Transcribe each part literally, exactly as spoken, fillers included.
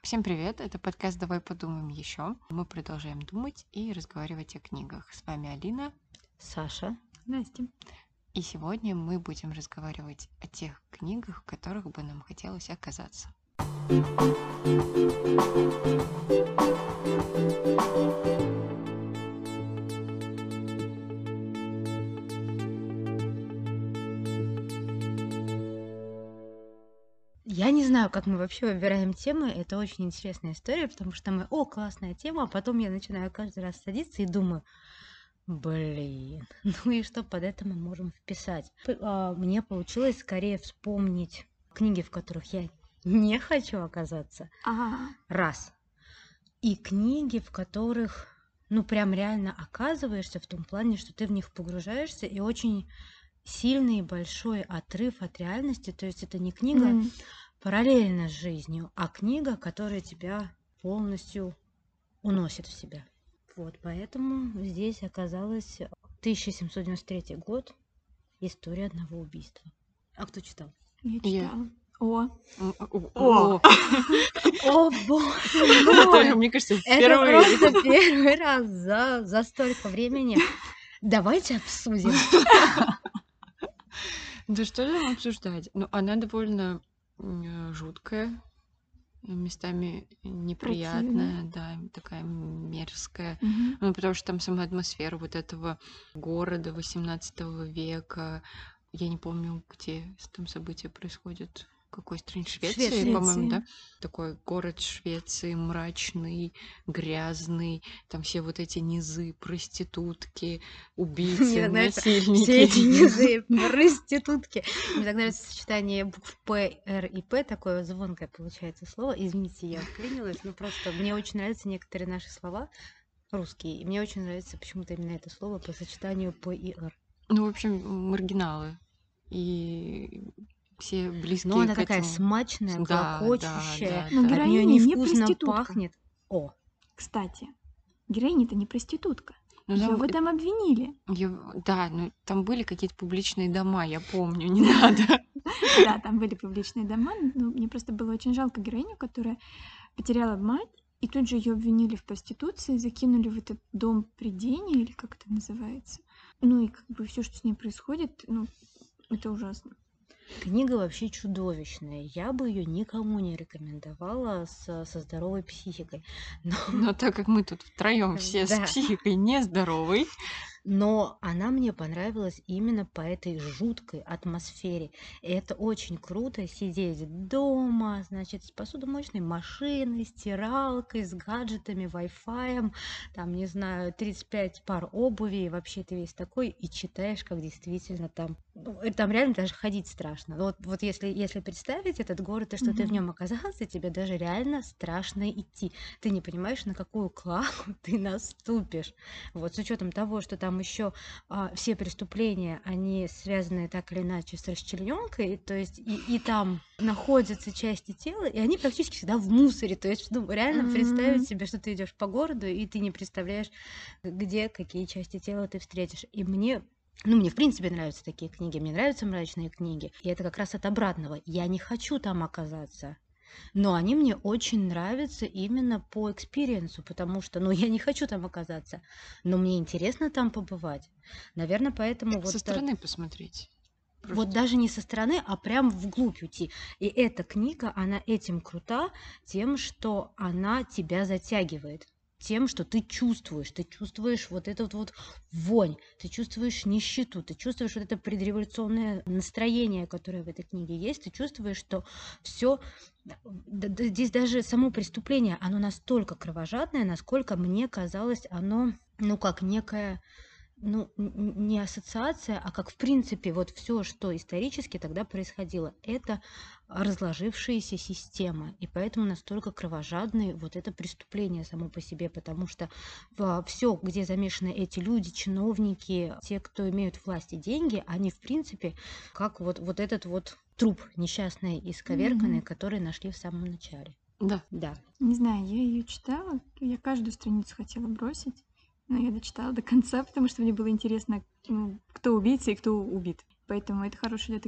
Всем привет! Это подкаст «Давай подумаем еще». Мы продолжаем думать и разговаривать о книгах. С вами Алина, Саша. Настя. и сегодня мы будем разговаривать о тех книгах, в которых бы нам хотелось оказаться. Я не знаю, как мы вообще выбираем темы. Это очень интересная история, потому что мы, о, классная тема, а потом я начинаю каждый раз садиться и думаю, блин, ну и что под это мы можем вписать? П- а, Мне получилось скорее вспомнить книги, в которых я не хочу оказаться, Ага. раз. И книги, в которых, ну, прям реально оказываешься в том плане, что ты в них погружаешься, и очень сильный большой отрыв от реальности. То есть это не книга М. параллельно с жизнью, а книга, которая тебя полностью уносит в себя. Вот, поэтому здесь оказалось тысяча семьсот девяносто третий год, история одного убийства. А кто читал? Я Я. читала. О, М, о, О. о, О, боже Это, мой! мне кажется, Это впервые. просто первый раз за, за столько времени. Давайте обсудим. Да что там обсуждать? Ну, она довольно м, жуткая, местами неприятная, да, такая мерзкая. Мгм. Ну, потому что там сама атмосфера вот этого города восемнадцатого века. Я не помню, где там события происходят. В какой стране? Швеции, Швеции. по-моему, да? Швеции. Такой город Швеции, мрачный, грязный. Там все вот эти низы, проститутки, Мне убийцы, так нравится все эти насильники. низы, проститутки. Мне так нравится сочетание букв П, Р и П, такое звонкое получается слово. Извините, я вклинилась, но просто мне очень нравятся некоторые наши слова русские, и мне очень нравится почему-то именно это слово по сочетанию П и Р. Ну, в общем, маргиналы. И все Но близкие она к такая этому. смачная, Да, да, клокочущая, да, Но да. от нее героиня не невкусно проститутка. пахнет. О, Кстати, героиня-то не проститутка. Ну, Ее там, в этом обвинили. её- да, ну там были какие-то публичные дома, я помню, не надо. Да, там были публичные дома, но мне просто было очень жалко героиню, которая потеряла мать, и тут же ее обвинили в проституции, закинули в этот дом предения, или как это называется. Ну и как бы все, что с ней происходит, ну, это ужасно. книга вообще чудовищная. Я бы ее никому не рекомендовала со, со здоровой психикой. Но Но так как мы тут втроем все с да, психикой нездоровой, но она мне понравилась именно по этой жуткой атмосфере. И это очень круто сидеть дома, значит, с посудомоечной машиной, стиралкой, с гаджетами, Wi-Fi, там, не знаю, тридцать пять пар обуви, и вообще ты весь такой, и читаешь, как действительно там, ну, э, там реально даже ходить страшно. Вот, вот если, если представить этот город, и что ты в Мгм. нем оказался, тебе даже реально страшно идти. Ты не понимаешь, на какую клаку ты наступишь. Вот с учетом того, что там еще а, все преступления, они связаны так или иначе с расчлененкой, то есть и, и там находятся части тела, и они практически всегда в мусоре. То есть, ну, реально М. представить себе, что ты идешь по городу, и ты не представляешь, где какие части тела ты встретишь. И мне ну, мне, в принципе, нравятся такие книги, мне нравятся мрачные книги. И это как раз от обратного. Я не хочу там оказаться. Но они мне очень нравятся именно по экспириенсу, потому что, ну, я не хочу там оказаться, но мне интересно там побывать. Наверное, поэтому со вот, да- стороны посмотреть. вот Просто даже не со стороны, а прям вглубь уйти. И эта книга, она этим крута, тем, что она тебя затягивает. Тем, что ты чувствуешь, ты чувствуешь вот эту вот вонь, ты чувствуешь нищету, ты чувствуешь вот это предреволюционное настроение, которое в этой книге есть, ты чувствуешь, что все здесь даже само преступление, оно настолько кровожадное, насколько мне казалось, оно, ну, как некая, ну, н- н- не ассоциация, а как в принципе вот все, что исторически тогда происходило, это разложившиеся системы, и поэтому настолько кровожадные вот это преступление само по себе, потому что все, где замешаны эти люди, чиновники, те, кто имеют власть и деньги, они в принципе как вот, вот этот вот труп несчастный и исковерканный, Мгм. который нашли в самом начале. да. Да. Не знаю, я ее читала, я каждую страницу хотела бросить, но я дочитала до конца, потому что мне было интересно, ну, кто убийца и кто убит. Поэтому это хороший детектив.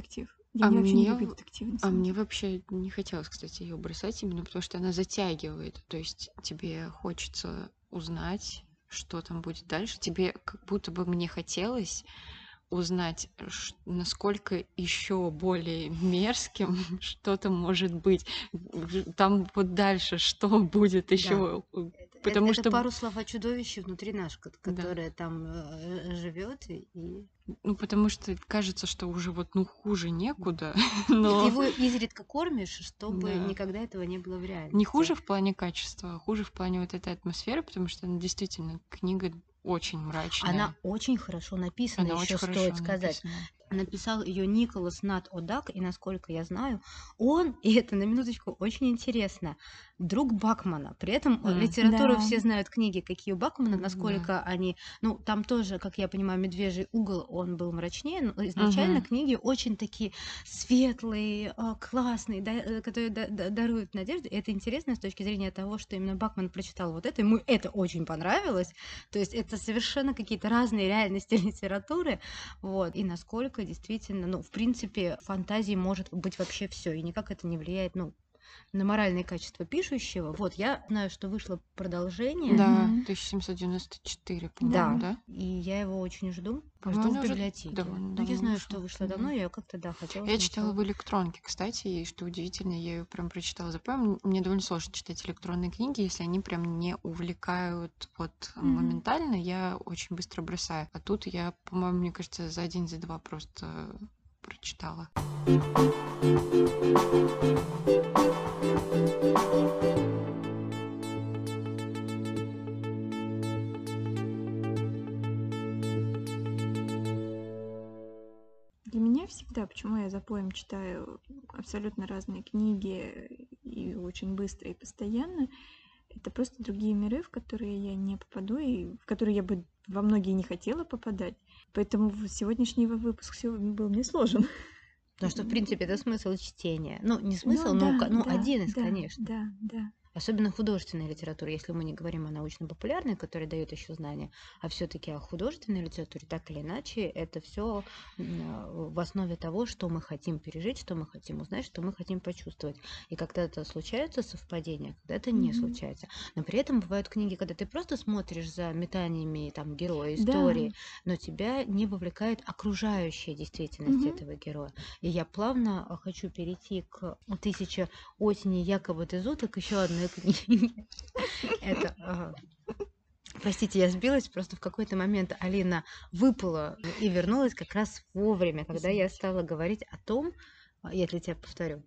Я А не вообще не мне, люблю в- детективы, на а самом мне деле. вообще не хотелось, кстати, ее бросать именно потому, что она затягивает. То есть тебе хочется узнать, что там будет дальше. Тебе как будто бы мне хотелось узнать, ш- насколько еще более мерзким что-то может быть. В- Там вот дальше что будет Да. еще. Это, это, Потому это что, пару слов о чудовище внутри нас, ко- да, которое там э, живет и, и ну потому что кажется, что уже вот ну хуже м, некуда, ты но его изредка кормишь, чтобы да. никогда этого не было в Не реальности. хуже в плане качества, а хуже в плане вот этой атмосферы, потому что она действительно книга очень Она мрачная. очень хорошо написана, Она очень еще стоит хорошо сказать. написана. Написал ее Николас Нат Одак, и насколько я знаю, он, и это на минуточку очень интересно, друг Бакмана. При этом э, М, литературу Да. все знают книги, какие у Бакмана, м, да. насколько они, ну, там тоже, как я понимаю, «Медвежий угол», он был мрачнее, но изначально Мгм. книги очень такие светлые, а, классные, да, э, которые да- да- даруют надежду. И это интересно с точки зрения того, что именно Бакман прочитал вот это, ему это очень понравилось. То есть это совершенно какие-то разные реальности литературы, вот, и насколько действительно, ну, в принципе, в фантазии может быть вообще все, и никак это не влияет, ну, на моральные качества пишущего. Вот, я знаю, что вышло продолжение, Да, Мгм. тысяча семьсот девяносто четыре, Да. по-моему, да, да? и я его очень жду, По-моему, жду в она уже библиотеке. довольно Ну, я давно знаю, что вышла. вышло Да. давно, я как-то, да, хотела Я читала сначала. в электронке, кстати, и что удивительно, я ее прям прочитала запоем. Мне довольно сложно читать электронные книги, если они прям не увлекают вот Мгм. моментально, я очень быстро бросаю. А тут я, по-моему, мне кажется, за день, за два просто прочитала. Для меня всегда, почему я запоем читаю абсолютно разные книги и очень быстро и постоянно, это просто другие миры, в которые я не попаду и в которые я бы во многие не хотела попадать. Поэтому в- сегодняшний его выпуск сегодня был мне сложен. Потому что, в принципе, это смысл чтения. Ну, не Ну смысл, но, да, ка- ну, да, один из, да, конечно. да, да. Особенно художественная литература, если мы не говорим о научно-популярной, которая дает еще знания, а все-таки о художественной литературе, так или иначе, это все в основе того, что мы хотим пережить, что мы хотим узнать, что мы хотим почувствовать. И когда-то случаются совпадения, когда-то не Мгм. случается. Но при этом бывают книги, когда ты просто смотришь за метаниями там, героя, Да. истории, но тебя не вовлекает окружающая действительность Мгм. этого героя. И я плавно а, хочу перейти к «Тысяче осени Якоба де Зута», к еще одной книге. Это, ага. Простите, я сбилась, просто в какой-то момент Алина выпала и вернулась как раз вовремя, когда я Извините. стала говорить о том, а, я для тебя повторю.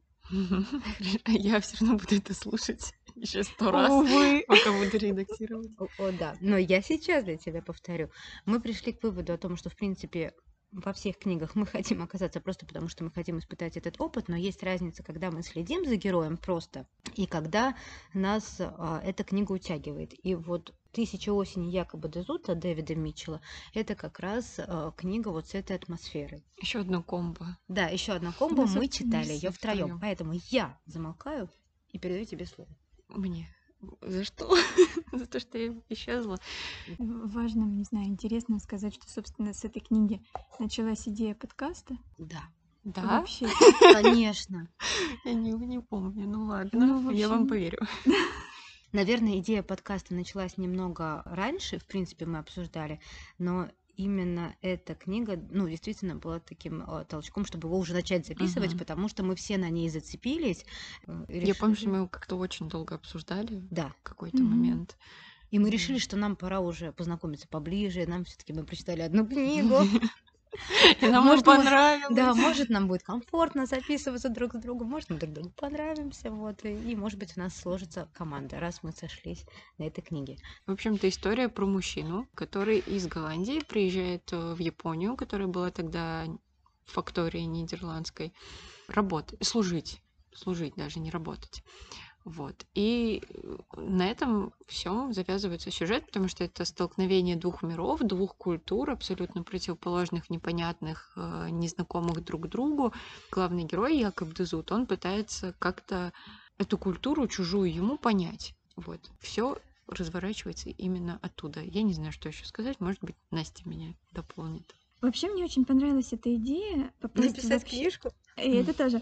Я все равно буду это слушать еще сто раз, Увы. пока буду редактировать. О, о, да, но я сейчас для тебя повторю. Мы пришли к выводу о том, что, в принципе, во всех книгах мы хотим оказаться просто потому, что мы хотим испытать этот опыт, но есть разница, когда мы следим за героем просто, и когда нас а, эта книга утягивает. И вот «Тысяча осени Якоба де Зута» Дэвида Митчелла — это как раз а, книга вот с этой атмосферой. Еще одно комбо. Да, еще одна комбо, Да, мы собственно, читали Все ее втроем, втроем. поэтому я замолкаю и передаю тебе слово. Мне. За что? За то, что я исчезла. В- Важно, не знаю, интересно сказать, что, собственно, с этой книги началась идея подкаста. Да, Да? Вообще, конечно. Я не, не помню. Ну ладно, ну, в я вам общем, поверю. Наверное, идея подкаста началась немного раньше, в принципе, мы обсуждали, но именно эта книга, ну, действительно была таким э, толчком, чтобы его уже начать записывать, Мгм. потому что мы все на ней зацепились э, и Я помню, что решили... мы его как-то очень долго обсуждали Да, в какой-то Мгм. момент. и мы Да. решили, что нам пора уже познакомиться поближе, нам все-таки мы прочитали одну книгу. И нам Может, мы- Да, понравилось. может, нам будет комфортно записываться друг с другом, может, мы друг другу понравимся, вот, и, и, может быть, у нас сложится команда, раз мы сошлись на этой книге. В общем-то, история про мужчину, который из Голландии приезжает э, в Японию, которая была тогда факторией нидерландской, работать, служить, служить даже, не работать. Вот. И э, на этом всем завязывается сюжет, потому что это столкновение двух миров, двух культур, абсолютно противоположных, непонятных, э, незнакомых друг другу. Главный герой Якоб де Зут, он пытается как-то эту культуру чужую ему понять. Вот. Все разворачивается именно оттуда. Я не знаю, что еще сказать. Может быть, Настя меня дополнит. Вообще мне очень понравилась эта идея попасть Написать вообще... книжку? И это тоже.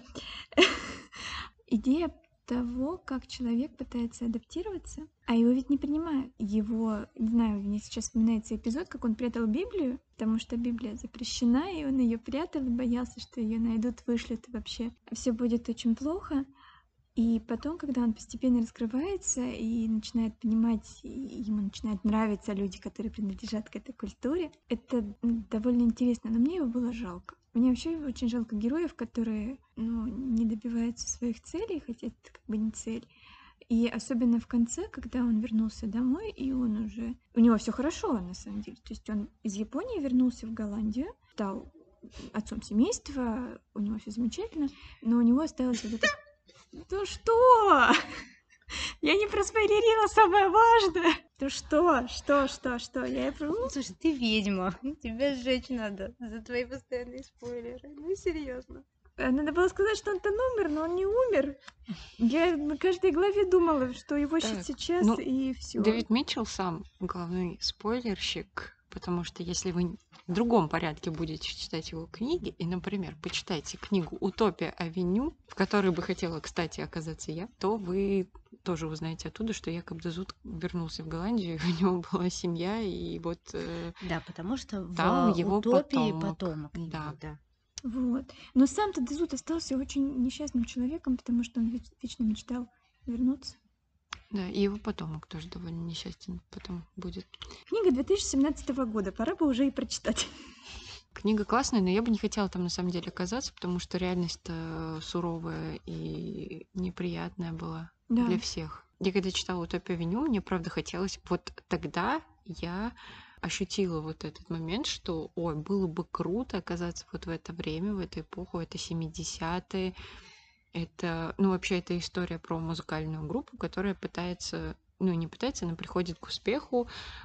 Идея того, как человек пытается адаптироваться, а его ведь не принимают. Его, не знаю, мне сейчас вспоминается эпизод, как он прятал Библию, потому что Библия запрещена, и он ее прятал и боялся, что ее найдут, вышлют, и вообще все будет очень плохо. И потом, когда он постепенно раскрывается и начинает понимать, и ему начинают нравиться люди, которые принадлежат к этой культуре, это м, довольно интересно, но мне его было жалко. Мне вообще очень жалко героев, которые, ну, не добиваются своих целей, хотя это как бы не цель. И особенно в конце, когда он вернулся домой, и он уже... У него все хорошо, на самом деле. То есть он из Японии вернулся в Голландию, стал отцом семейства, у него все замечательно, но у него осталось вот это... Ну что? Я не проспойлерила самое важное. Ну что? Что? Что? Что? Я и про- Ну, слушай, ты ведьма. Тебя сжечь надо за твои постоянные спойлеры. Ну, серьезно. А Надо было сказать, что он там умер, но он не умер. Я на каждой главе думала, что его щит Так, сейчас, ну, и все. Дэвид Митчелл сам главный спойлерщик, потому что если вы в другом порядке будете читать его книги, и, например, почитайте книгу «Утопия Авеню», в которой бы хотела, кстати, оказаться я, то вы тоже узнаете оттуда, что якобы Зуд вернулся в Голландию, и у него была семья, и вот э, Да, потому что там в его утопии потомок. потомок его, Да. да. Вот. Но сам-то Дезут остался очень несчастным человеком, потому что он ведь вечно мечтал вернуться. Да, и его потомок тоже довольно несчастен потом будет. Книга две тысячи семнадцатого года, пора бы уже и прочитать. Книга классная, но я бы не хотела там на самом деле оказаться, потому что реальность-то суровая и неприятная была Да. для всех. Я когда читала «Утопию Авеню», мне правда хотелось... Вот тогда я ощутила вот этот момент, что, ой, было бы круто оказаться вот в это время, в эту эпоху, это семидесятые. Это, ну, вообще, это история про музыкальную группу, которая пытается, ну, не пытается, она приходит к успеху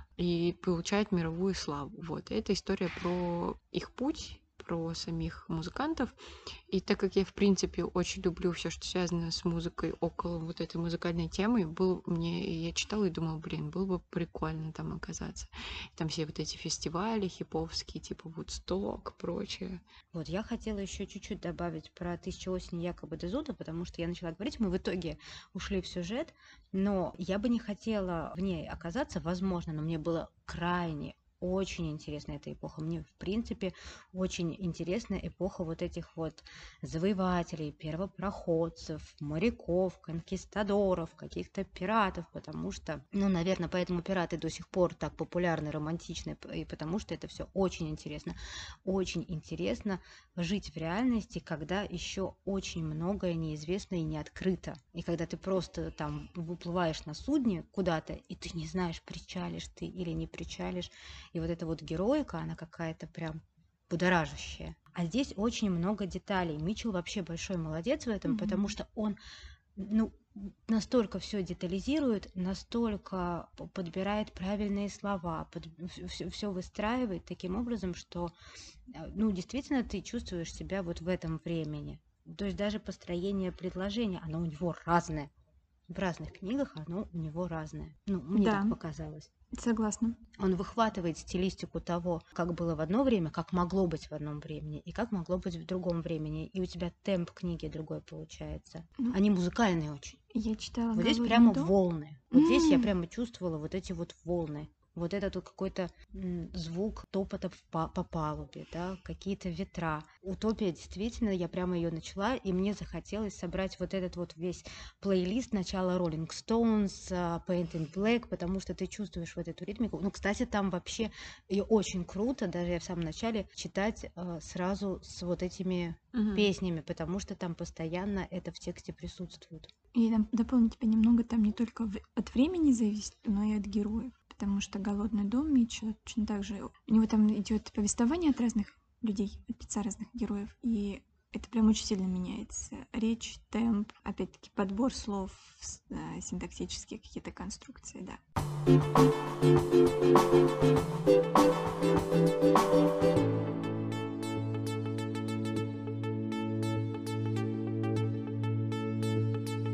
и получает мировую славу. Вот. И это история про их путь, про самих музыкантов. И так как я, в принципе, очень люблю все, что связано с музыкой, около вот этой музыкальной темы, был мне, я читала и думала, блин, было бы прикольно там оказаться. Там все вот эти фестивали хиповские, типа Вудсток, прочее. Вот, я хотела еще чуть-чуть добавить про «Тысяча осени» якобы Дезуда, потому что я начала говорить, мы в итоге ушли в сюжет, но я бы не хотела в ней оказаться, возможно, но мне было крайне очень интересна эта эпоха. Мне, в принципе, очень интересна эпоха вот этих вот завоевателей, первопроходцев, моряков, конкистадоров, каких-то пиратов, потому что, ну, наверное, поэтому пираты до сих пор так популярны, романтичны, и потому что это все очень интересно. Очень интересно жить в реальности, когда еще очень многое неизвестно и не открыто. И когда ты просто там выплываешь на судне куда-то, и ты не знаешь, причалишь ты или не причалишь. И вот эта вот героика, она какая-то прям будоражащая. А здесь очень много деталей. Митчелл вообще большой молодец в этом, Мгм. потому что он, ну, настолько все детализирует, настолько п- подбирает правильные слова, все выстраивает таким образом, что, э, ну, действительно ты чувствуешь себя вот в этом времени. То есть даже построение предложения, оно у него разное. В разных книгах оно у него разное. Ну, мне Да. так показалось. Согласна. Он выхватывает стилистику того, как было в одно время, как могло быть в одном времени, и как могло быть в другом времени. И у тебя темп книги другой получается. Ну, Они музыкальные очень. я читала Вот здесь «Голодный прямо дом». волны. Вот здесь я М. прямо чувствовала вот эти вот волны. Вот этот вот какой-то м, звук топота в па- по палубе, да, какие-то ветра. Утопия, действительно, я прямо ее начала, и мне захотелось собрать вот этот вот весь плейлист начала Rolling Stones, а, Paint in Black, потому что ты чувствуешь вот эту ритмику. Ну, кстати, там вообще и очень круто, даже я в самом начале, читать а, сразу с вот этими Мгм. песнями, потому что там постоянно это в тексте присутствует. И там, дополнить тебя немного, там не только в- от времени зависит, но и от героев. Потому что «Голодный дом» Митчелла точно так же. У него там идет повествование от разных людей, от лица разных героев. И это прям очень сильно меняется. Речь, темп, опять-таки подбор слов, с- э, синтаксические какие-то конструкции, да.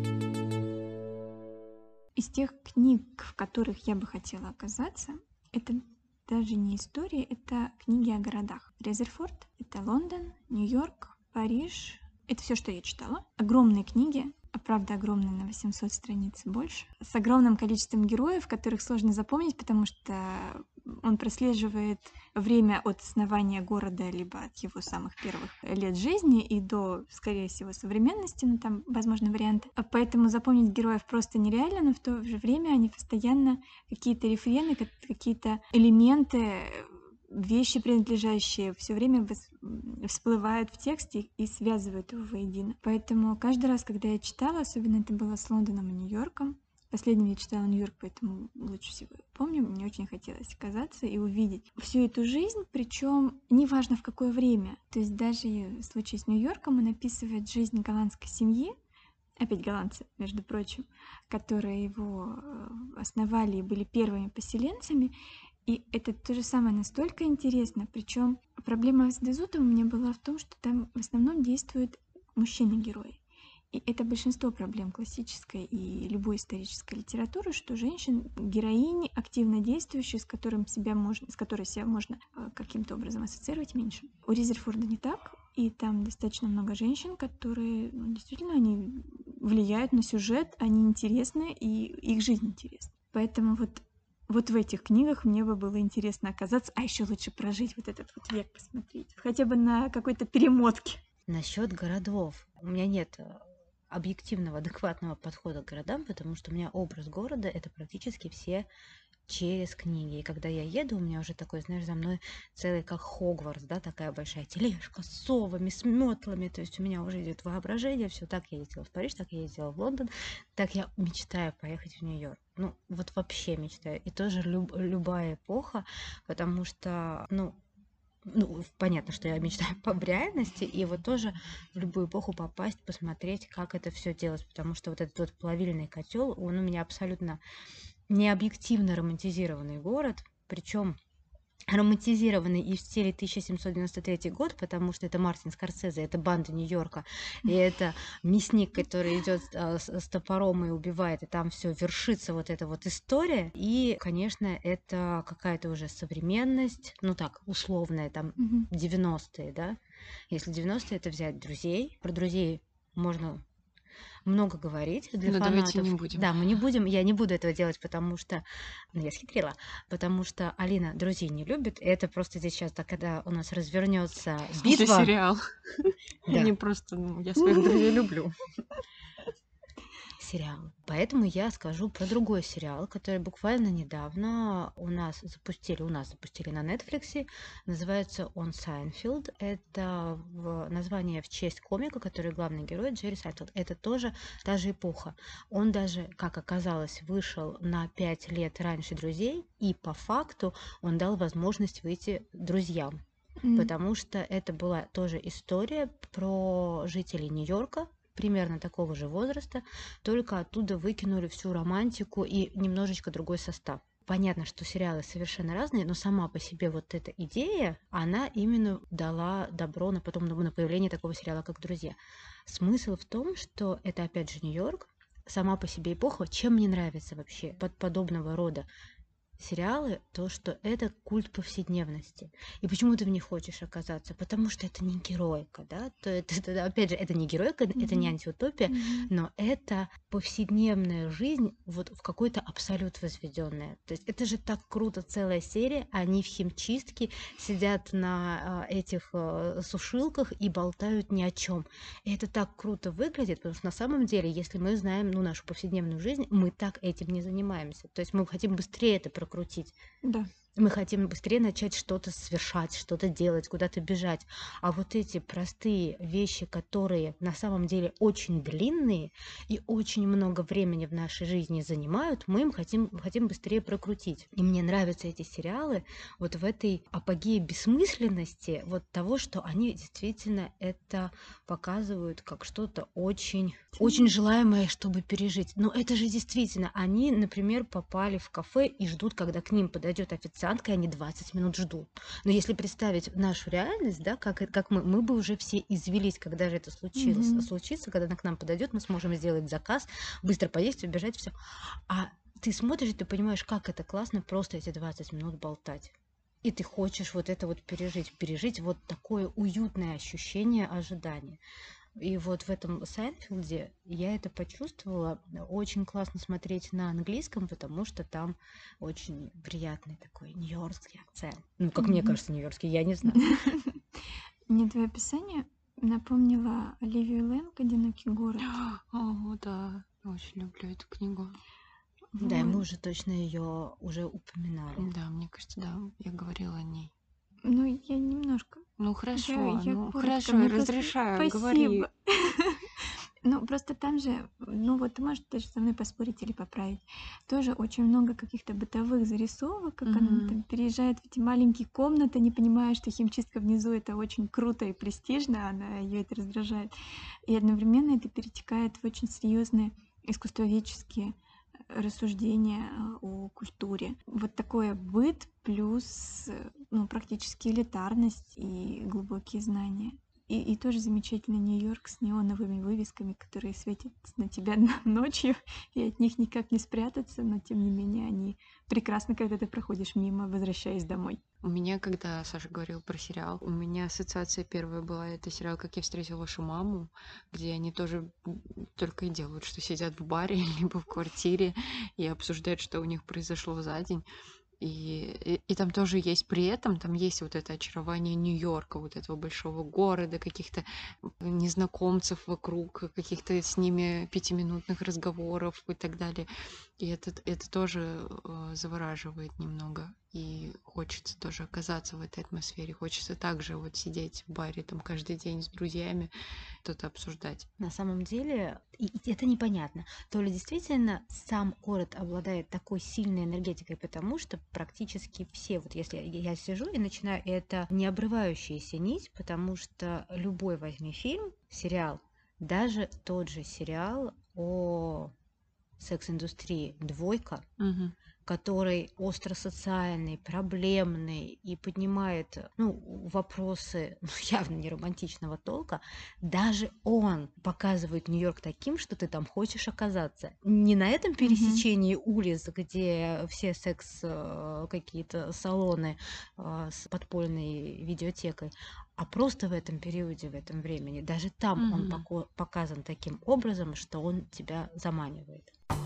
Из тех книг, в которых я бы хотела оказаться, это даже не истории, это книги о городах. Резерфорд — это Лондон, Нью-Йорк, Париж. Это все, что я читала. Огромные книги, а правда огромные, на восемьсот страниц и больше, с огромным количеством героев, которых сложно запомнить, потому что он прослеживает время от основания города либо от его самых первых лет жизни и до, скорее всего, современности, ну там, возможно, варианты. А поэтому запомнить героев просто нереально, но в то же время они постоянно какие-то рефрены, как- какие-то элементы, вещи, принадлежащие, все время выс- всплывают в тексте и связывают его воедино. Поэтому каждый раз, когда я читала, особенно это было с Лондоном и Нью-Йорком, последним я читала Нью-Йорк, поэтому лучше всего помню, мне очень хотелось оказаться и увидеть всю эту жизнь, причем неважно в какое время. То есть даже в случае с Нью-Йорком он описывает жизнь голландской семьи, опять голландцы, между прочим, которые его э, основали и были первыми поселенцами. И это то же самое настолько интересно. Причем проблема с Дезутом у меня была в том, что там в основном действуют мужчины-герои. И это большинство проблем классической и любой исторической литературы, что женщин, героини, активно действующие, с, которым себя можно, с которой себя можно э, каким-то образом ассоциировать, меньше. У Резерфорда не так, и там достаточно много женщин, которые ну, действительно они влияют на сюжет, они интересны, и их жизнь интересна. Поэтому вот вот в этих книгах мне бы было интересно оказаться, а еще лучше прожить вот этот вот век, посмотреть, хотя бы на какой-то перемотке. Насчет городов. У меня нет э, объективного, адекватного подхода к городам, потому что у меня образ города — это практически все через книги. И когда я еду, у меня уже такой, знаешь, за мной целый как Хогвартс, да, такая большая тележка с совами, с метлами. То есть у меня уже идет воображение. Все, так я ездила в Париж, так я ездила в Лондон, так я мечтаю поехать в Нью-Йорк. Ну, вот вообще мечтаю. И тоже люб- любая эпоха, потому что, ну, ну, понятно, что я мечтаю по в реальности, и вот тоже в любую эпоху попасть, посмотреть, как это все делать, потому что вот этот вот плавильный котел, он у меня абсолютно необъективно романтизированный город, причем романтизированный и в стиле тысяча семьсот девяносто третий год, потому что это Мартин Скорсезе, это банда Нью-Йорка, и это мясник, который идет а, с, с топором и убивает, и там все вершится вот эта вот история. И, конечно, это какая-то уже современность, ну так, условная, там Мгм. девяностые, да. Если девяностые это взять друзей, про друзей можно много говорить для Но давайте не фанатов. будем. Да, мы не будем, я не буду этого делать, потому что, ну, я схитрила, потому что Алина друзей не любит. Это просто здесь сейчас, так, когда у нас развернется В смысле битва, сериал? да, Не просто, ну, я своих друзей люблю. сериалы. Поэтому я скажу про другой сериал, который буквально недавно у нас запустили, у нас запустили на Netflix. Называется он Сайнфилд. Это в- название в честь комика, который главный герой Джерри Сайнфилд. Это тоже та же эпоха. Он даже, как оказалось, вышел на пять лет раньше друзей, и по факту он дал возможность выйти друзьям. М. Потому что это была тоже история про жителей Нью-Йорка, примерно такого же возраста, только оттуда выкинули всю романтику и немножечко другой состав. Понятно, что сериалы совершенно разные, но сама по себе вот эта идея, она именно дала добро на потом на появление такого сериала, как «Друзья». Смысл в том, что это опять же Нью-Йорк, сама по себе эпоха. Чем мне нравится вообще под подобного рода сериалы, то, что это культ повседневности. И почему ты в них хочешь оказаться? Потому что это не героика, да? То это, это, опять же, это не героика, это не Мгм. антиутопия, Мгм. но это повседневная жизнь вот в какой-то абсолют возведенная. То есть это же так круто, целая серия, они в химчистке сидят на а, этих а, сушилках и болтают ни о чем. И это так круто выглядит, потому что на самом деле, если мы знаем ну, нашу повседневную жизнь, мы так этим не занимаемся. То есть мы хотим быстрее это прокрутить. Да. Мы хотим быстрее начать что-то совершать, что-то делать, куда-то бежать. А вот эти простые вещи, которые на самом деле очень длинные и очень много времени в нашей жизни занимают, мы им хотим, хотим быстрее прокрутить. И мне нравятся эти сериалы вот в этой апогее бессмысленности, вот того, что они действительно это показывают как что-то очень, очень желаемое, чтобы пережить. Но это же действительно, они, например, попали в кафе и ждут, когда к ним подойдет официантка, и они двадцать минут ждут. Но если представить нашу реальность, да, как, как мы, мы бы уже все извелись, когда же это случилось, Мгм. случится, когда она к нам подойдет, мы сможем сделать заказ, быстро поесть, убежать, все. А ты смотришь, и ты понимаешь, как это классно просто эти двадцать минут болтать. И ты хочешь вот это вот пережить, пережить вот такое уютное ощущение ожидания. И вот в этом Сайнфилде я это почувствовала. Очень классно смотреть на английском, потому что там очень приятный такой нью-йоркский акцент. Ну, как мне Мгм. кажется, нью-йоркский, я не знаю. Мне твое описание напомнило Оливию Лэнг «Одинокий город». О, да, очень люблю эту книгу. Да, и мы Вот. уже точно ее уже упоминали. Да, мне кажется, да, я говорила о ней. Ну, я немножко. Ну Я, хорошо, я ну коротко. хорошо, Мне я просто разрешаю, говори. спасибо. Ну, просто там же, ну вот ты можешь даже со мной поспорить или поправить. Тоже очень много каких-то бытовых зарисовок, как она Мгм. там переезжает в эти маленькие комнаты, не понимая, что химчистка внизу это очень круто и престижно, она ее это раздражает. И одновременно это перетекает в очень серьезные искусствоведческие рассуждения э, о культуре. Вот такое быт плюс э, ну, практически элитарность и глубокие знания. И, и тоже замечательный Нью-Йорк с неоновыми вывесками, которые светят на тебя ночью, и от них никак не спрятаться, но тем не менее они прекрасны, когда ты проходишь мимо, возвращаясь домой. У меня, когда Саша говорил про сериал, у меня ассоциация первая была, это сериал «Как я встретил вашу маму», где они тоже м, только и делают, что сидят в баре либо в квартире и обсуждают, что у них произошло за день. И, и, и там тоже есть при этом, там есть вот это очарование Нью-Йорка, вот этого большого города, каких-то незнакомцев вокруг, каких-то с ними пятиминутных разговоров и так далее. И это, это тоже э, завораживает немного. И хочется тоже оказаться в этой атмосфере. Хочется также вот сидеть в баре там каждый день с друзьями, что-то обсуждать. На самом деле, и- и это непонятно. То ли действительно сам город обладает такой сильной энергетикой, потому что практически все, вот если я я сижу и начинаю, и это не обрывающаяся нить, потому что любой возьми фильм, сериал, даже тот же сериал о секс-индустрии «Двойка», Мгм. который остросоциальный, проблемный и поднимает, ну, вопросы ну, явно не романтичного толка, даже он показывает Нью-Йорк таким, что ты там хочешь оказаться. Не на этом Мгм. пересечении улиц, где все секс э, какие-то салоны э, с подпольной видеотекой, а просто в этом периоде, в этом времени. Даже там он Мгм. поко- показан таким образом, что он тебя заманивает.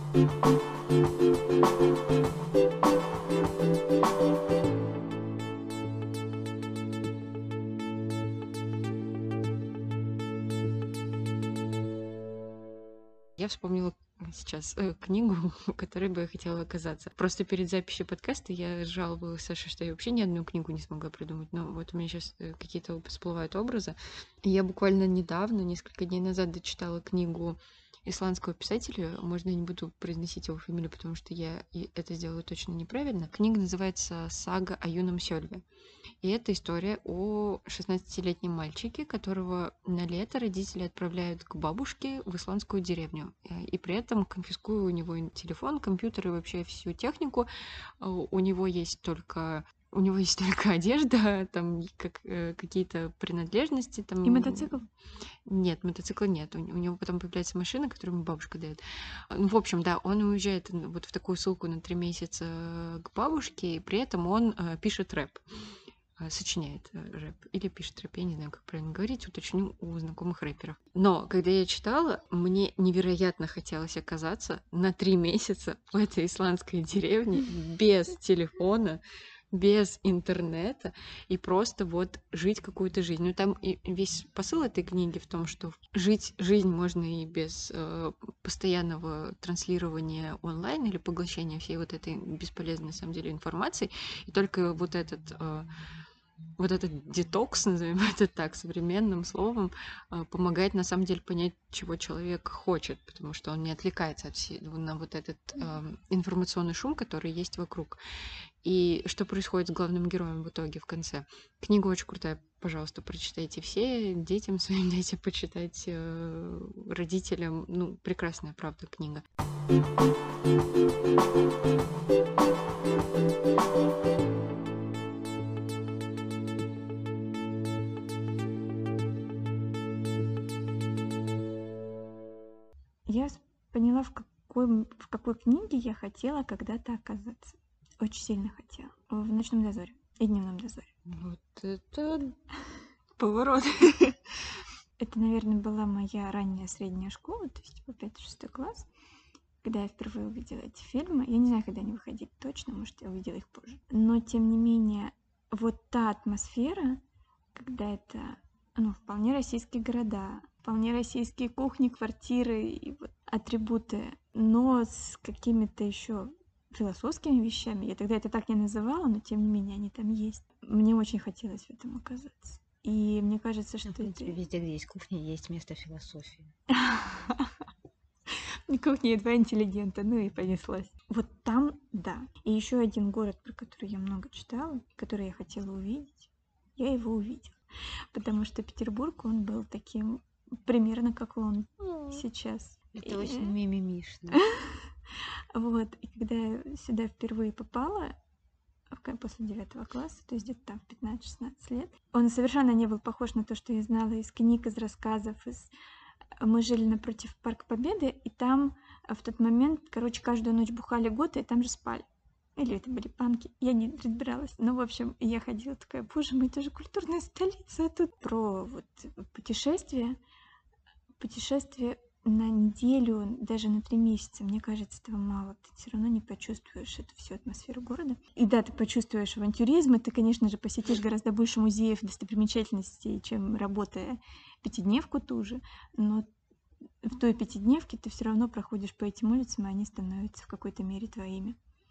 Я вспомнила сейчас э, книгу, в которой бы я хотела оказаться. Просто перед записью подкаста я жаловалась Саше, что я вообще ни одну книгу не смогла придумать. Но вот у меня сейчас какие-то всплывают образы. И я буквально недавно, несколько дней назад, дочитала книгу исландского писателя. Можно я не буду произносить его фамилию, потому что я и это сделаю точно неправильно. Книга называется «Сага о юном Сёльве». И это история о шестнадцатилетнем мальчике, которого на лето родители отправляют к бабушке в исландскую деревню. Э, И при этом конфискуют у него и телефон, компьютер и вообще всю технику. А У у него есть только у него есть только одежда, там и как, э, какие-то принадлежности, И там мотоцикл? нет, мотоцикла нет. У, у него потом появляется машина, которую ему бабушка дает. А, Ну, в общем, да, он уезжает н- вот в такую ссылку на три месяца к бабушке, и при этом он э, пишет рэп, э, сочиняет э, рэп или пишет рэп, я не знаю, как правильно говорить, уточню у знакомых рэперов. Но когда я читала, мне невероятно хотелось оказаться на три месяца в этой исландской деревне без телефона, без интернета и просто вот жить какую-то жизнь. Ну, там и весь посыл этой книги в том, что жить жизнь можно и без э, постоянного транслирования онлайн или поглощения всей вот этой бесполезной, на самом деле, информации. И только вот этот э, вот этот детокс, назовем это так, современным словом, э, помогает на самом деле понять, чего человек хочет, потому что он не отвлекается от все, на вот этот эм, информационный шум, который есть вокруг. И что происходит с главным героем в итоге, в конце. Книга очень крутая, пожалуйста, прочитайте все, детям своим детям почитайте, э, родителям. Ну, прекрасная, правда, книга. Я с- поняла, в какой, м- в какой книге я хотела когда-то оказаться. Очень сильно хотела. В «Ночном дозоре». И «Дневном дозоре». Вот это поворот. Это, наверное, была моя ранняя средняя школа, то есть типа пятый-шестой класс, когда я впервые увидела эти фильмы. Я не знаю, когда они выходили точно, может, я увидела их позже. Но, тем не менее, вот та атмосфера, когда это, ну, вполне российские города, вполне российские кухни, квартиры и вот атрибуты, но с какими-то еще философскими вещами. Я тогда это так не называла, но тем не менее они там есть. Мне очень хотелось в этом оказаться. И мне кажется, Ну, что в принципе, это... везде, где есть кухня, есть место философии. На кухне два интеллигента, ну и понеслась. Вот там, да. И еще один город, про который я много читала, который я хотела увидеть, я его увидела. Потому что Петербург, он был таким примерно как Лондон сейчас. Это И- очень мимимишно. Вот, и когда я сюда впервые попала, в ка- после девятого класса, то есть где-то там в пятнадцать-шестнадцать лет, он совершенно не был похож на то, что я знала из книг, из рассказов, из... Мы жили напротив Парка Победы, и там а, в тот момент, короче, каждую ночь бухали готы, и там же спали. Или это были панки, я не разбиралась. Ну, в общем, я ходила такая, боже мой, это же культурная столица. А тут про вот путешествие, путешествие на неделю, даже на три месяца, мне кажется, этого мало. Ты все равно не почувствуешь эту всю атмосферу города. И да, ты почувствуешь авантюризм, и ты, конечно же, посетишь гораздо больше музеев, достопримечательностей, чем работая пятидневку ту же. Но в той пятидневке ты все равно проходишь по этим улицам, и они становятся в какой-то мере твоими.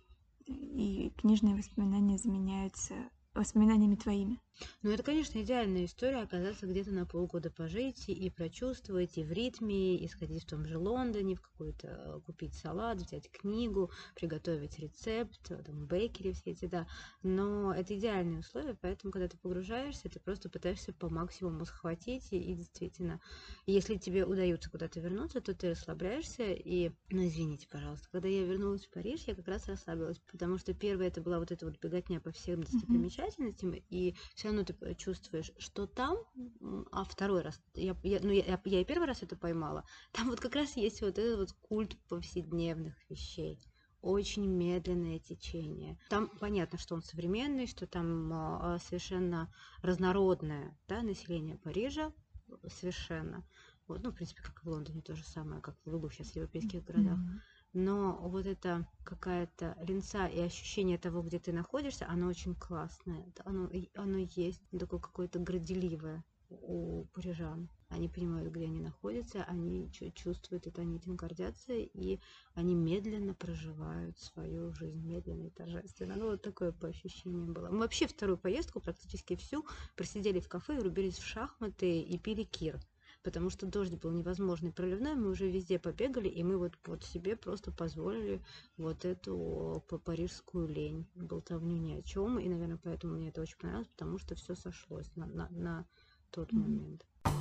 И книжные воспоминания заменяются воспоминаниями твоими. Ну, это, конечно, идеальная история оказаться где-то на полгода пожить и прочувствовать, и в ритме, и сходить в том же Лондоне, в какой-то э, купить салат, взять книгу, приготовить рецепт, э, там, бейкери все эти, да. Но это идеальные условия, поэтому, когда ты погружаешься, ты просто пытаешься по максимуму схватить, и, и действительно, если тебе удается куда-то вернуться, то ты расслабляешься, и, ну, извините, пожалуйста, когда я вернулась в Париж, я как раз расслабилась, потому что первое, это была вот эта вот беготня по всем достопримечательностям, и все равно ты чувствуешь, что там, м, а второй раз, я, я- ну, я, я и первый раз это поймала, там вот как раз есть вот этот вот культ повседневных вещей. Очень медленное течение. Там понятно, что он современный, что там а, совершенно разнородное, да, население Парижа, совершенно. Вот, ну, в принципе, как и в Лондоне, то же самое, как в любых сейчас европейских городах. Мгм. Но вот эта какая-то линца и ощущение того, где ты находишься, оно очень классное. Это Оно, и- оно есть, оно такое какое-то горделивое у парижан. Они понимают, где они находятся, они чу- чувствуют это, они этим гордятся, и они медленно проживают свою жизнь, медленно и торжественно. Ну, вот такое по ощущениям было. Мы вообще вторую поездку, практически всю, просидели в кафе, рубились в шахматы и пили кир. Потому что дождь был невозможный, проливной, мы уже везде побегали, и мы вот, вот себе просто позволили вот эту па- парижскую лень, болтовню ни о чем, и, наверное, поэтому мне это очень понравилось, потому что все сошлось на, на, на тот Мгм. момент.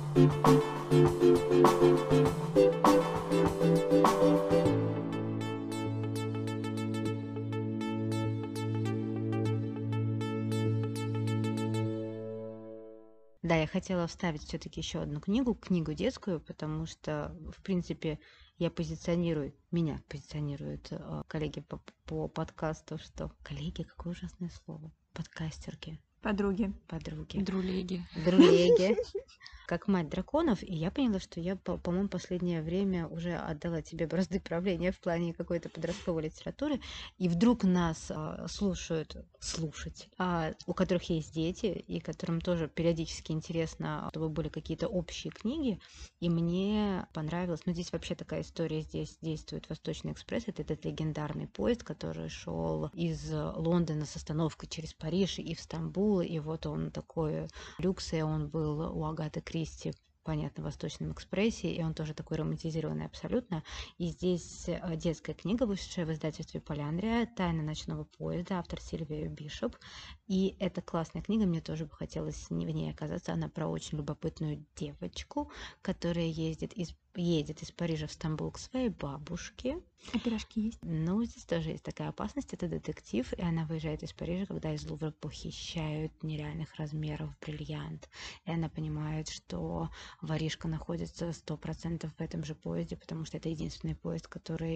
Да, я хотела вставить все-таки еще одну книгу, книгу детскую, потому что, в принципе, я позиционирую, меня позиционируют э, коллеги по, по подкасту, что... Коллеги, какое ужасное слово. Подкастерки, Подруги. подруги, Друлеги. друлеги, как мать драконов, и я поняла, что я, по- по-моему, последнее время уже отдала тебе бразды правления в плане какой-то подростковой литературы, и вдруг нас а, слушают слушать, а, у которых есть дети, и которым тоже периодически интересно, чтобы были какие-то общие книги, и мне понравилось, ну здесь вообще такая история, здесь действует Восточный экспресс, это этот легендарный поезд, который шел из Лондона с остановкой через Париж и в Стамбул, и вот он такой люкс, и он был у Агаты Кристи, понятно, в Восточном экспрессе, и он тоже такой романтизированный абсолютно. И здесь э, детская книга, вышедшая в издательстве Поляндрия, «Тайна ночного поезда», автор Сильвия Бишоп. И это классная книга, мне тоже бы хотелось в ней оказаться. Она про очень любопытную девочку, которая ездит из, едет из Парижа в Стамбул к своей бабушке. А пирожки есть? Ну, здесь тоже есть такая опасность. Это детектив, и она выезжает из Парижа, когда из Лувра похищают нереальных размеров бриллиант. И она понимает, что воришка находится сто процентов в этом же поезде, потому что это единственный поезд, который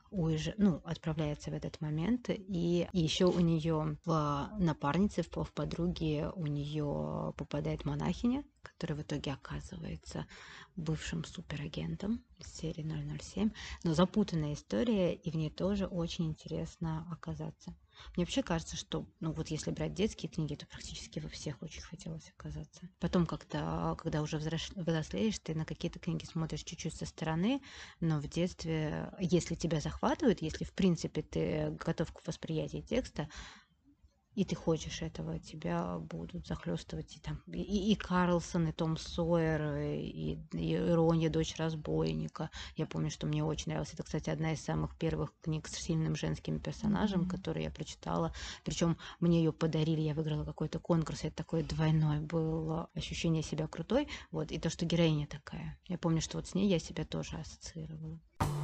уезжает, ну, отправляется в этот момент, и еще у нее в напарнице, в, в подруге у нее попадает монахиня, которая в итоге оказывается бывшим суперагентом из серии ноль ноль семь. Но запутанная история, и в ней тоже очень интересно оказаться. Мне вообще кажется, что, ну вот если брать детские книги, то практически во всех очень хотелось оказаться. Потом как-то, когда уже взрош- взрослеешь, ты на какие-то книги смотришь чуть-чуть со стороны, но в детстве, если тебя захватывает, если в принципе ты готов к восприятию текста, и ты хочешь этого, тебя будут захлестывать и там и, и Карлсон, и Том Сойер, и, и Ирония, дочь разбойника. Я помню, что мне очень нравилось. Это, кстати, одна из самых первых книг с сильным женским персонажем, Мгм. которую я прочитала. Причем мне ее подарили, я выиграла какой-то конкурс. Это такое двойное было ощущение себя крутой. Вот, и то, что героиня такая. Я помню, что вот с ней я себя тоже ассоциировала.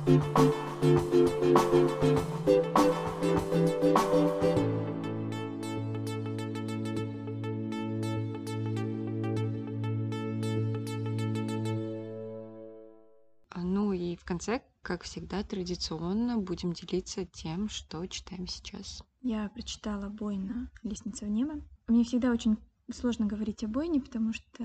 А, Ну и в конце, как всегда, традиционно будем делиться тем, что читаем сейчас. Я прочитала «Бойна. Лестница в небо». Мне всегда очень сложно говорить о «Бойне», потому что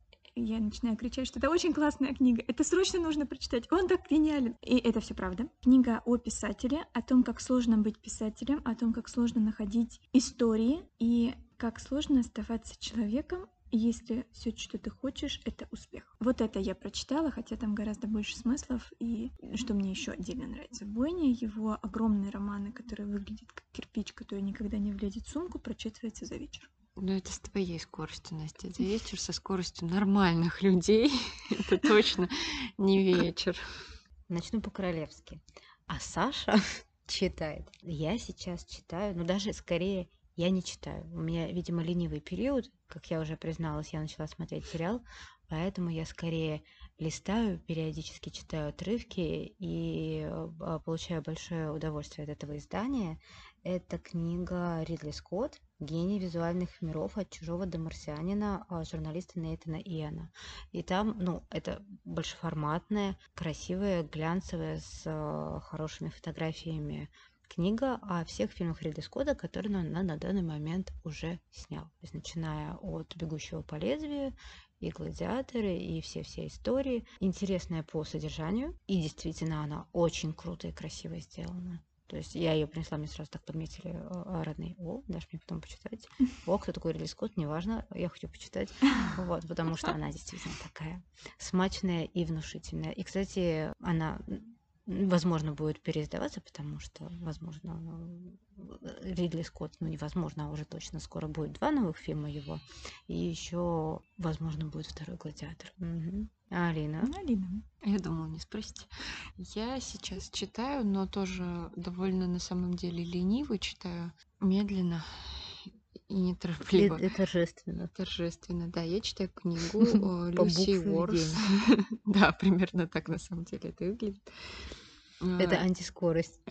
я начинаю кричать, что это очень классная книга, это срочно нужно прочитать, он так гениален. И это все правда. Книга о писателе, о том, как сложно быть писателем, о том, как сложно находить истории и как сложно оставаться человеком, если все, что ты хочешь, это успех. Вот это я прочитала, хотя там гораздо больше смыслов. И что мне еще отдельно нравится в «Бойне», его огромные романы, которые выглядят как кирпич, который никогда не влезет в сумку, прочитывается за вечер. Ну, это с твоей скоростью, Настя. Это вечер со скоростью нормальных людей. Это точно не вечер. Начну по-королевски. А Саша читает. Я сейчас читаю, ну даже скорее я не читаю. У меня, видимо, ленивый период, как я уже призналась, я начала смотреть сериал, поэтому я скорее листаю, периодически читаю отрывки и э, получаю большое удовольствие от этого издания. Это книга Ридли Скотт «Гений визуальных миров от чужого до марсианина» журналиста Нейтана Иэна. И там, ну, это большеформатная, красивая, глянцевая, с э, хорошими фотографиями книга о всех фильмах Ридли Скотта, которые он на, на данный момент уже снял. То есть, начиная от «Бегущего по лезвию», и «Гладиаторы», и все-все истории. Интересная по содержанию, и действительно она очень круто и красиво сделана. То есть я ее принесла, мне сразу так подметили э, родные. О, дашь мне потом почитать. О, кто такой Ридли Скотт, неважно, я хочу почитать. Вот, потому что она действительно такая смачная и внушительная. И, кстати, она, возможно, будет переиздаваться, потому что, возможно, Ридли Скотт, ну, невозможно, а уже точно скоро будет два новых фильма его. И еще, возможно, будет второй «Гладиатор». Мгм. А Алина? Алина. Я думала, не спросите. Я сейчас читаю, но тоже довольно на самом деле лениво читаю, медленно и И, неторопливо. и торжественно. Торжественно, да. Я читаю книгу э, По Люси букве в Уорс. день. Да, примерно так на самом деле это выглядит. Это А, антискорость.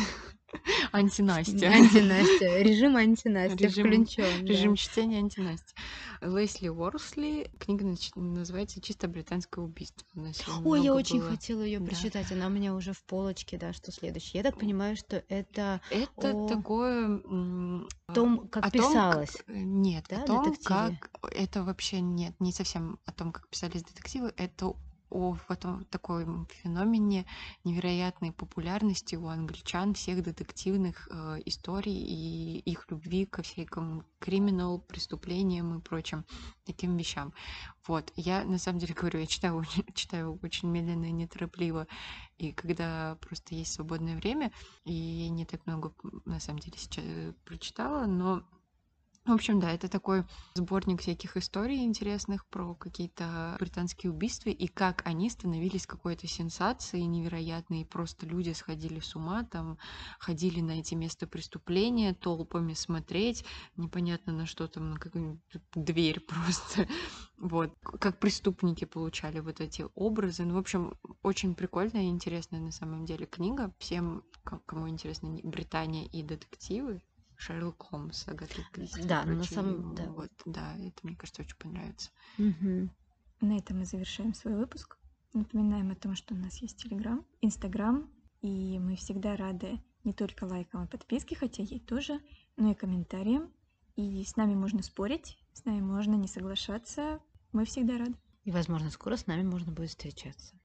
Антинастя. Антинастя. Режим антинастя Режим, включен, режим да. чтения антинастя. Лесли Уорсли. Книга нач- называется «Чисто британское убийство». У нас её Ой, я много очень было. хотела ее Да. прочитать. Она у меня уже в полочке, да, что следующее. Я так понимаю, что это Это о такое м, а, том, как о том, как писалось, э, нет, о да, том, детективы. как это вообще нет, не совсем о том, как писались детективы, это о вот том- такой феномене невероятной популярности у англичан всех детективных э, историй и их любви ко всякому криминал, преступлениям и прочим таким вещам. Вот, я на самом деле говорю, я читаю, очень- читаю очень медленно и неторопливо, и когда просто есть свободное время, и я не так много, м, на самом деле, сейчас прочитала, но в общем, да, это такой сборник всяких историй интересных про какие-то британские убийства и как они становились какой-то сенсацией невероятной, и просто люди сходили с ума, там ходили на эти места преступления толпами смотреть, непонятно на что там, на какую-нибудь дверь просто. Вот, как преступники получали вот эти образы. Ну, в общем, очень прикольная и интересная на самом деле книга. Всем, ко- кому интересны Британия и детективы, Шерлок Холмс, Агаты Кристи и Да, ну на прочие. самом, да. Вот, да, это, мне кажется, очень понравится. Мгм. На этом мы завершаем свой выпуск. Напоминаем о том, что у нас есть Телеграм, Инстаграм, И мы всегда рады не только лайкам и подписке, хотя ей тоже, но и комментариям. И с нами можно спорить, с нами можно не соглашаться. Мы всегда рады. И, возможно, скоро с нами можно будет встречаться.